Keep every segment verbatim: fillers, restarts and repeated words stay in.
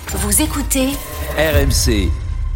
Vous écoutez R M C.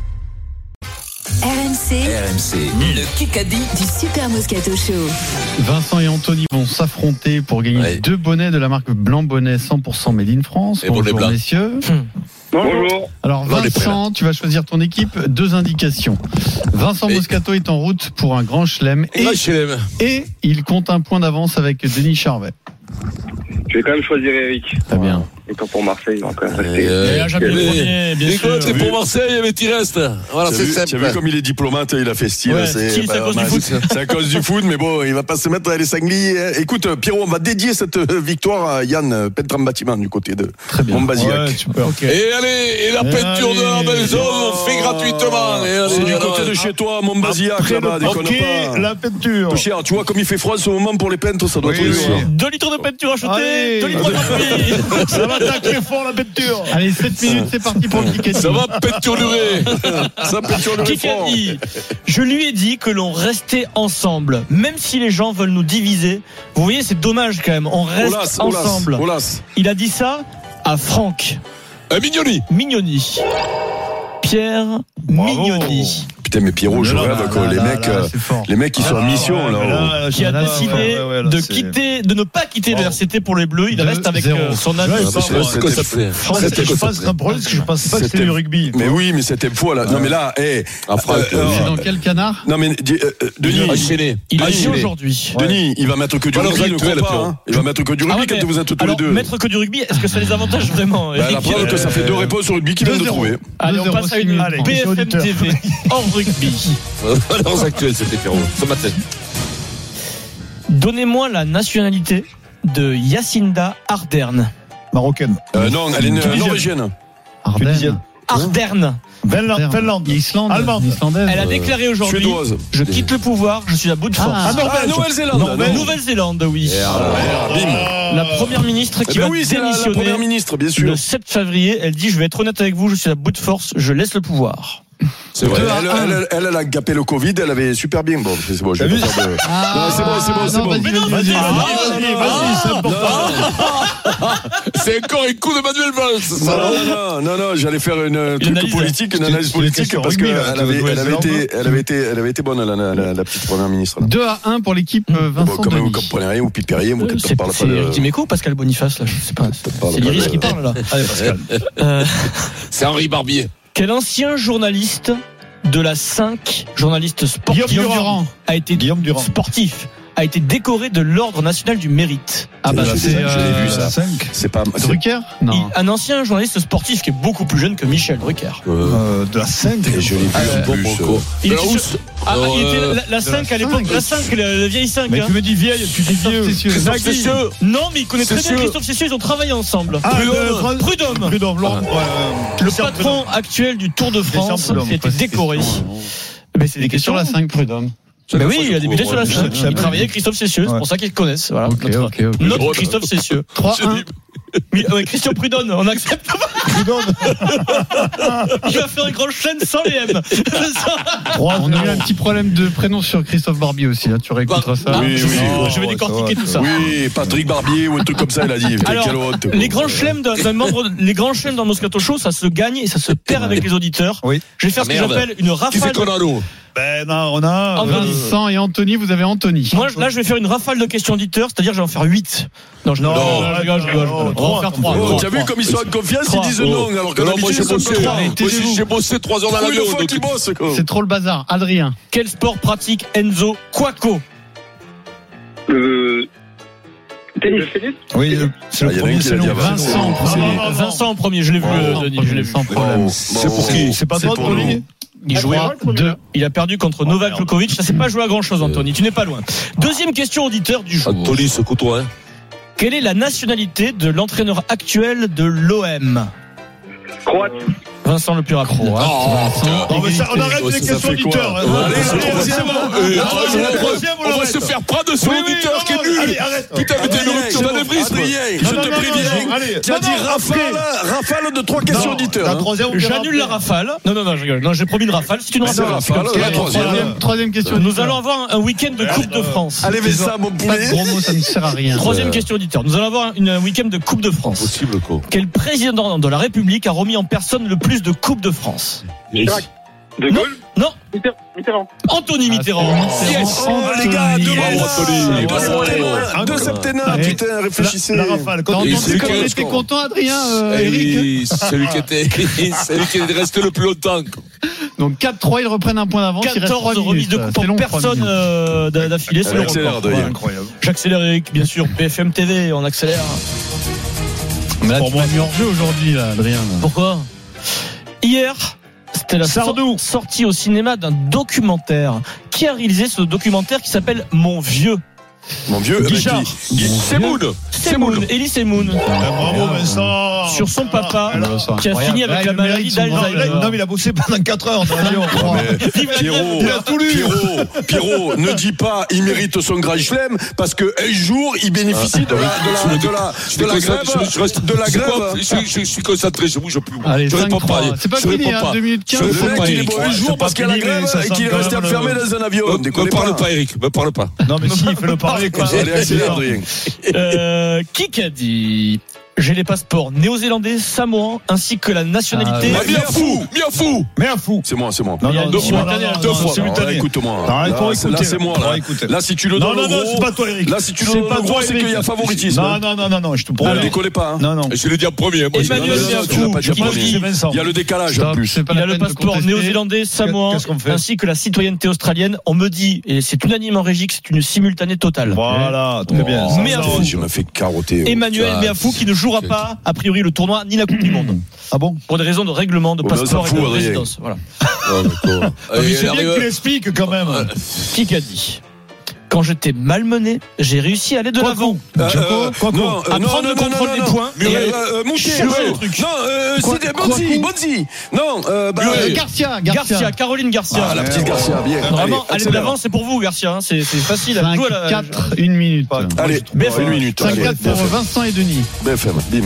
R M C, R M C, le Kikadi du Super Moscato Show. Vincent et Anthony vont s'affronter pour gagner ouais. deux bonnets de la marque Blanc Bonnet cent pour cent Made in France. Et bonjour messieurs. Bonjour. Alors Vincent, tu vas choisir ton équipe. Deux indications. Vincent et... Moscato est en route pour un grand chelem et, et il compte un point d'avance avec Denis Charvet. Je vais quand même choisir Eric. Très bien. Étant pour Marseille, il va quand même rester. Euh, euh, Écoute, c'est pour Marseille, mais tu restes. Voilà, tu c'est vu, simple. Tu as vu comme il est diplomate, il a fait style. Ouais, c'est, style, bah, c'est à cause bah, du foot. C'est à cause du foot, mais bon, il va pas se mettre à les sangliers. Écoute, Pierrot, on va dédier cette victoire à Yann, peintre en bâtiment du côté de Montbazillac. Ouais, super. Okay. Et allez, et la peinture allez, de la maison, on fait gratuitement. Et c'est du côté de chez toi, Montbazillac, là-bas, déconne pas. La peinture. Cher, tu vois comme il fait froid en ce moment pour les peintres, ça doit être dur. deux litres de peinture achetée, deux litres de peinture. Ça va attaquer fort la peinture. Allez, sept minutes, c'est parti pour le Kikadi. Ça va peinture durée. Ça peinture durée fort. Kikadi, je lui ai dit que l'on restait ensemble, même si les gens veulent nous diviser. Vous voyez, c'est dommage quand même. On reste Olas, ensemble. Olas, Olas. Il a dit ça à Franck euh, Mignoni. Mignoni. Pierre Bravo. Mignoni. Putain, mais Pierrot, je rêve que les mecs, là, les mecs qui sont en mission là, qui a décidé ouais, ouais, là, de c'est... quitter, de ne pas quitter oh. le R C T pour les Bleus. Il de reste avec euh, son ami. C'est quoi ça fait? Je pense que c'est un problème parce que je pense pas que c'est du rugby. Mais oui, mais c'était faux là. Non, mais là, eh. C'est dans quel canard? Non, mais Denis, il est aujourd'hui. Denis, il va mettre que du rugby. Il va mettre que du rugby quand vous êtes tous les deux. Mettre que du rugby, est-ce que ça les avantage vraiment? La preuve que ça fait deux réponses au rugby qu'il vient de trouver. Allez, on passe à une B F M T V hors rugby. Valeurs actuelles, c'était Pierrot. Ce matin. Donnez-moi la nationalité de Yacinda Ardern. Marocaine. Euh, non, elle est norvégienne. Ardern. Ardern. Finlande. Islande. Allemande. Islandaise. Elle a déclaré aujourd'hui. Suédoise. Je quitte le pouvoir, je suis à bout de force. Ah, ah Nouvelle-Zélande. Non, Nouvelle-Zélande, oui. Yeah, la première ministre qui eh ben va oui, démissionner. La, la première ministre, bien sûr. Le sept février, elle dit je vais être honnête avec vous, je suis à bout de force, je laisse le pouvoir. C'est vrai. Elle, elle, elle, elle a gapé le Covid, elle avait super bien. Bon, c'est bon, je vais pas faire de. Ah, non, c'est bon, c'est bon, c'est non, bon. Vas-y, vas-y, vas-y, vas-y, vas-y, c'est important. C'est encore un coup de Manuel Valls. Non, non, non, non, j'allais faire une truc politique, une analyse politique parce qu'elle avait, elle avait été, elle avait été, elle avait été bonne la, la, la petite première ministre. deux à un pour l'équipe Vincent Denis. Quand même, vous comprenez rien, vous piperiez, vous ne parlez pas de. C'est Dimeco ou Pascal Boniface là, je sais pas. C'est l'Iris qui parle là. Allez, Pascal. C'est Henri Barbier. Quel ancien journaliste de la cinq, journaliste sportif, Guillaume Durand, a été Guillaume Durand. sportif, a été décoré de l'Ordre national du mérite. Ah bah c'est, c'est, je l'ai vu ça. cinq. C'est pas Drucker. Non. Il, un ancien journaliste sportif qui est beaucoup plus jeune que Michel Drucker. Euh, de la cinq. Je l'ai vu euh, en plus. Euh, il, était sur, ah, euh, il était la, la cinq à l'époque, la cinq, la, la vieille cinq. Mais hein. tu me dis vieille, tu dis vieux. Christophe Cessieux. Non, mais il connaît très bien Christophe Cessieux, ils ont travaillé ensemble. Ah, Prud'homme. Prud'homme. Prud'homme. Le patron actuel du Tour de France qui a été décoré. Mais c'est des questions la cinq, Prud'homme. Mais oui, il a débuté sur la cinq. Il travaillait avec Christophe Cessieux, c'est pour ça qu'ils connaissent. Voilà. Okay, notre, okay, okay. notre Christophe Cessieux. trois un. Oui, ouais, Christian Prud'homme, on accepte pas. Prud'homme. Il va faire une grosse chaîne sans les M. On a eu un petit problème de prénom sur Christophe Barbier aussi, là. Tu réécouteras ça. Oui, je, oui, oh, je vais ouais, décortiquer tout ça. Oui, Patrick Barbier ou un truc comme ça, il a dit. Alors, les grands chelems d'un, d'un membre, les grands chelems dans Moscato Show, ça se gagne et ça se perd avec les auditeurs. Oui. Je vais faire ce que j'appelle une rafale. Qui c'est qu'on a, nous? Ben non, on a Vincent et Anthony, vous avez Anthony. Moi là je vais faire une rafale de questions auditeurs, c'est-à-dire je vais en faire huit. Non, je, non, non, je rigole, je rigole. On va en faire trois. Oh, tu as vu comme ils sont en confiance, ils disent non alors que moi j'ai bossé j'ai bossé trois heures dans l'avion. C'est trop le bazar. Adrien. Quel sport pratique Enzo Quaco? Le tennis. Oui, c'est le premier, c'est Vincent. Vincent en premier, je l'ai vu Denis, je l'ai vu. Sans problème. C'est pour qui? C'est pas toi Anthony? Il jouait deux. Il a perdu contre Novak Djokovic. Ça s'est pas joué à grand chose, Anthony. Tu n'es pas loin. Deuxième question auditeur du jour. Anthony, secoue-toi. Hein. Quelle est la nationalité de l'entraîneur actuel de l'O M? Croate. Vincent le plus rapide. Oh, Non, mais ça, on arrête les questions auditeurs. Allez, on va se faire prendre sur l'auditeur qui est nul. Putain, mais t'es une rupture d'anévrisme. Je te préviens. Tu as dit rafale, rafale de trois questions auditeurs. J'annule la rafale. Non, non, non, je rigole. Non, j'ai promis une rafale. C'est une rafale. Troisième, troisième question. Nous allons avoir un week-end de Coupe de France. Allez, mais ça, mon Pas de poulet. gros mots, ça ne sert à rien. Troisième question auditeur. Nous allons avoir une- un week-end de Coupe de France. Possible, quoi. Quel président de la République a remis en personne le plus de Coupes de France? De Gaulle. Non, Mitterrand. Anthony Mitterrand. Yes. Oh, les gars, deux Bravo, Anthony. Deux septennats, deux septennats, putain, réfléchissez. La rafale. T'as Quand Et entendu c'est comme quel il était score content, Adrien, euh, Eh Eric. oui, celui qui était, celui qui est resté le plus longtemps. Donc quatre trois, ils reprennent un point d'avance. Il reste trois quatorze remises minutes. de coupe C'est en long, trois personne minutes. euh, d'affilée, c'est le Accélère, record. Adrien. Voilà. incroyable. J'accélère Eric, bien sûr. B F M T V, on accélère. Mais là, Pour tu moi, m'as mis hors jeu aujourd'hui, là, Adrien. Pourquoi? Hier, c'était la Sardou. sor- sortie au cinéma d'un documentaire. Qui a réalisé ce documentaire qui s'appelle Mon Vieux? Mon vieux, Guichard. C'est Moon. Semoun, Elie Semoun. Bravo, Vincent. Sur son papa, Alors, ça, qui a incroyable. fini avec Ouais, la le mérite, maladie son grand- d'Alzheimer. Non, mais il a bossé pendant quatre heures dans l'avion. Vive la Pierrot, grève. Il a tout lu. Pierrot, Pierrot, ne dis pas il mérite son grand chelem parce que un jour il bénéficie de la de la de la de la grève de la grève. Je, je, je suis concentré, je bouge plus. Allez, je cinq réponds pas. trois. C'est pas je fini, réponds hein, pas. deux minutes Je quinze. Le réponds mec pas, il est Eric. bon un Ouais, jour c'est parce pas qu'il y a la fini, mais grève ça et sent qu'il est quand resté même enfermé le- dans un avion. Me, Déconnez me parle pas. pas, Eric. Me parle pas. Non, mais si, il fait le parler comme ça. Allez, accélère, Adrien. Euh, qui qu'a dit? J'ai les passeports néo-zélandais, samoans, ainsi que la nationalité. Ah, Bien fou, bien fou. Mais un fou. C'est moi, c'est moi. Non, non, Deux non, fois. non, non, Deux non, fois. simultané. Alors, écoute-moi. Arrête pour Là, c'est- écouter. Là, c'est moi. Pour Là. écouter. Là, si tu le Non, donnes non, le non, gros. c'est pas toi, Eric. Là, si tu le C'est donnes pas le toi, gros, c'est Eric. qu'il y a favoritisme. Non, non, non, non, non, je te Ne promets. décollez pas. hein. Non, non. Je l'ai dit en premier. Moi, Emmanuel Non, non, non, Biafou, tu l'as pas dit en qui premier. dit- C'est Vincent. Il y a le décalage en Stop, plus. c'est pas Il la a le peine de passeport contester. néo-zélandais, samoan, Qu'est-ce qu'on fait? ainsi que la citoyenneté australienne. On me dit, et c'est unanime en régie, que c'est une simultanée totale. Voilà, très bien. Oh, Mais à fou. je me fais carotter. Emmanuel Ah, Biafou qui ne jouera c'est- pas, a priori, le tournoi ni la Coupe du Monde. Ah bon? Pour des raisons de règlement de Oh, ben, passeport ça et de fout, Adrien. résidence. Voilà. Oh, d'accord. Mais Allez, c'est bien arrive. qu'il explique quand même. Qui qu'a dit? Quand j'étais malmené, j'ai réussi à aller de l'avant. Euh, euh, Quoi, quoi non, euh, À non, prendre non, le non, contrôle non, des non. points. Mais, Et- euh, euh, Moutet, Cherchez non. le truc. Non, euh, Quoi- c'était quoi- Bonzi, quoi- Bonzi. Non, euh, bah, Oui. euh, Garcia, Garcia, Garcia. Caroline Garcia. Ah, la petite Garcia, bien. Vraiment, aller de accélère. l'avant, c'est pour vous, Garcia. hein. C'est c'est facile. cinq Jouez à la- quatre, une minute. Allez, B F M. une minute. cinq Allez, quatre pour B F M. Vincent et Denis. B F M, bim.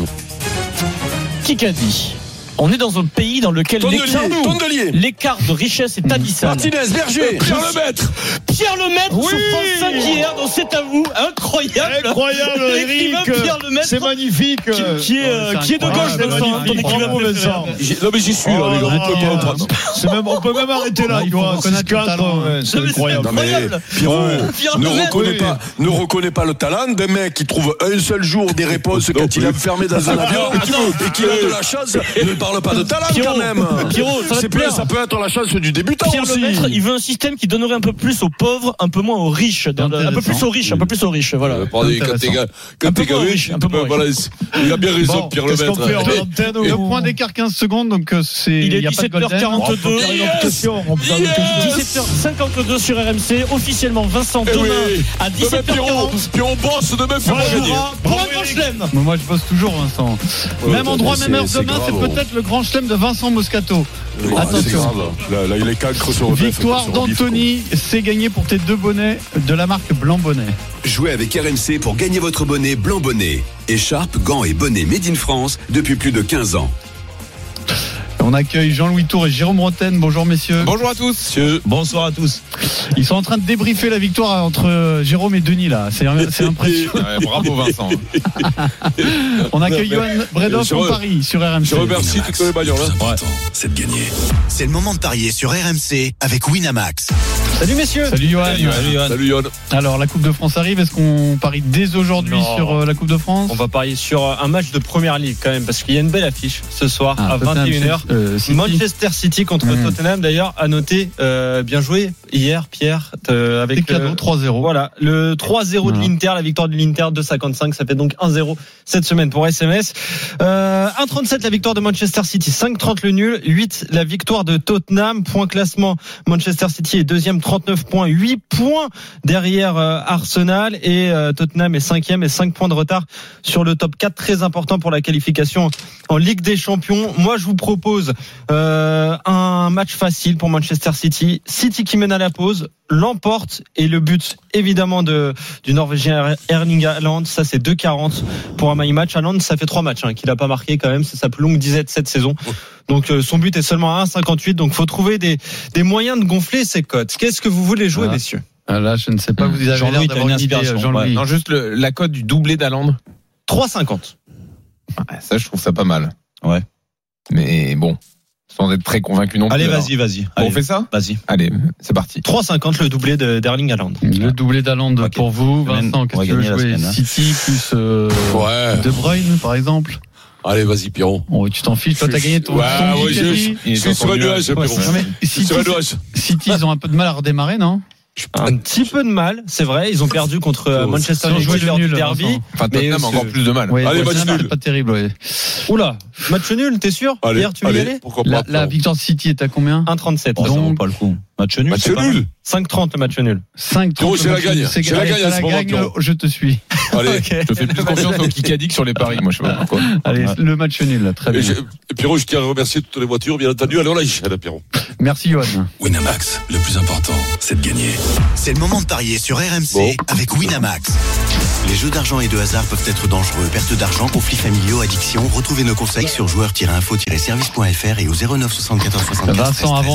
Qui qu'a dit? On est dans un pays dans lequel Tondelier, l'écart, Tondelier. l'écart de richesse est abyssal. Martinez, Berger. Pierre Lemaître. Pierre Lemaître Oui. sur France cinq hier, donc c'est à vous. Incroyable. Incroyable, L'écrivain Eric. Pierre Lemaître. C'est magnifique. Qui, qui est, euh, c'est qui est de incroyable. gauche, Vincent, magnifique. ton écrivain Bravo, préféré. Vincent. J'ai- Non, mais j'y suis, là, les gars. Oh, On peut pas oh, comprendre. C'est même, on peut même arrêter là, Il tu faut vois. reconnaître six quatre, le talent. ouais, c'est Non, mais incroyable. Non, mais Incroyable. Pierrot, Pierre ne Lemaître. reconnais Oui. pas, ne reconnais pas le talent d'un mec qui trouve un seul jour des réponses Non quand il est plus. enfermé dans un avion et qu'il a de la chance. Ne parle pas de talent Pierrot, quand même. Pierrot, ça va C'est te plus- plaire. ça peut être la chance du débutant Pierre aussi. Lemaître, il veut un système qui donnerait un peu plus aux pauvres, un peu moins aux riches. Dans le- un peu plus aux riches, un peu plus aux riches. Voilà. Euh, pardon, quand t'es ga- quand Un peu t'es moins gavé, riche, un peu moins voilà, c'est- il a bien raison, Bon, Pierre qu'est-ce qu'on fait en Lemaître. antenne Deux ou- points d'écart, quinze secondes, donc euh, c'est. Il est y a pas de dix-sept heures golden. quarante-deux. On peut faire une autre question. On peut faire une autre question. dix-sept heures cinquante-deux sur R M C. Officiellement, Vincent, Eh demain oui. à Demain, dix-sept heures Pierrot, quarante. Pierrot bosse, demain, fais-moi gagner. jouera pour un grand chelem. Mais moi, je bosse toujours, Vincent. Ouais, Même endroit, c'est- même heure c'est demain, grave, c'est oh. peut-être le grand chelem de Vincent Moscato. Ouais, c'est Attention. grave. Là, là, il est cancre sur le bœuf, Victoire sur le bif, d'Anthony, c'est gagné pour tes deux bonnets de la marque Blanc Bonnet. Jouez avec R M C pour gagner votre bonnet Blanc Bonnet. Écharpe, gants et bonnets made in France depuis plus de quinze ans. On accueille Jean-Louis Tour et Jérôme Roten. Bonjour messieurs. Bonjour à tous. Monsieur. Bonsoir à tous. Ils sont en train de débriefer la victoire entre euh, Jérôme et Denis là. C'est c'est impressionnant. Bravo, Vincent. On accueille Johan Bredoff Je en re- Paris sur R M C. Je remercie toutes les bagnoles. hein. C'est de gagner. C'est le moment de parier sur R M C avec Winamax. Salut messieurs. Salut Johan. Salut, Yann. Alors la Coupe de France arrive. Est-ce qu'on parie dès aujourd'hui Non. sur euh, la Coupe de France? On va parier sur un match de première ligue quand même, parce qu'il y a une belle affiche ce soir Ah, à Tottenham, vingt et une heures. euh, City. Manchester City contre Mmh. Tottenham, d'ailleurs, à noter, euh, bien joué hier, Pierre, euh, avec Des cadeaux, le- trois zéro. Voilà, le trois zéro de Voilà. l'Inter, la victoire de l'Inter, deux cinquante-cinq, ça fait donc un zéro cette semaine pour S M S. Euh, un trente-sept la victoire de Manchester City, cinq trente le nul, huit la victoire de Tottenham. Point classement, Manchester City est deuxième, trente-neuf points, huit points derrière euh, Arsenal et euh, Tottenham est cinquième et cinq points de retard sur le top quatre, très important pour la qualification en Ligue des Champions. Moi, je vous propose euh, un match facile pour Manchester City. City qui mène à la pause, l'emporte et le but évidemment de du Norvégien Erling Haaland, ça c'est deux quarante pour un my match. Haaland, ça fait trois matchs hein, qu'il a pas marqué quand même, c'est sa plus longue disette cette saison. Donc euh, son but est seulement à un cinquante-huit, donc faut trouver des des moyens de gonfler ses cotes. Qu'est-ce que vous voulez jouer, ah. messieurs? Ah là, je ne sais pas, vous avez Jean-Louis, l'air d'avoir une idée, Jean-Louis. Ouais. Non, juste le, la cote du doublé d'Haaland. trois cinquante. Ouais, ça, je trouve ça pas mal. Ouais. Mais bon, sans être très convaincu non plus. Allez, alors. vas-y, vas-y. Bon, Allez, on fait ça? Vas-y. Allez, c'est parti. trois cinquante le doublé de d'Erling Haaland. Le doublé d'Haaland Okay. pour vous. Vincent, qu'est-ce que tu veux jouer? Semaine, hein. City plus euh, Ouais. De Bruyne, par exemple? Allez, vas-y, Pierrot. Oh, tu t'en fiches, toi, t'as gagné ton, Ouais, ton ouais, Kikadi. je, je suis sur un nuage, Pierrot. Non, mais Je suis City, sur un nuage. City, ils ont un peu de mal à redémarrer, non? Un petit peu de mal, c'est vrai. Ils ont perdu contre euh, Manchester Ils ont joué United le lors du nul, derby. Vincent. Enfin, Tottenham a Mais, encore euh, plus de mal. Ouais, Allez, ouais, match c'est nul. pas terrible, ouais. Oula, match nul, t'es sûr? Allez, Hier, tu veux y allez, aller? pourquoi pas. La, la Pierrot. victoire de City est à combien? un trente-sept. Oh, ça vaut Donc- pas le coup. Match nul. Match c'est pas mal. nul. cinq trente le match nul. cinq Pierrot, c'est la gagne. C'est la gagne à ce moment, Pierrot. Je te suis. Allez. Ok. Je fais plus confiance au Kikadi que sur les paris, moi, je sais pas pourquoi. Allez, Ouais. le match nul, là, très Et, bien. je, et Pierrot, je tiens à remercier toutes les voitures, bien entendu. Alors là, il Pierrot. Merci, Johan. Winamax, le plus important, c'est de gagner. C'est le moment de parier sur R M C avec Winamax. Les jeux d'argent et de hasard peuvent être dangereux. Perte d'argent, conflits familiaux, addiction. Retrouvez nos conseils sur joueurs tiret info tiret service point f r et au zéro neuf soixante-quatorze soixante-quatorze. Vincent, avant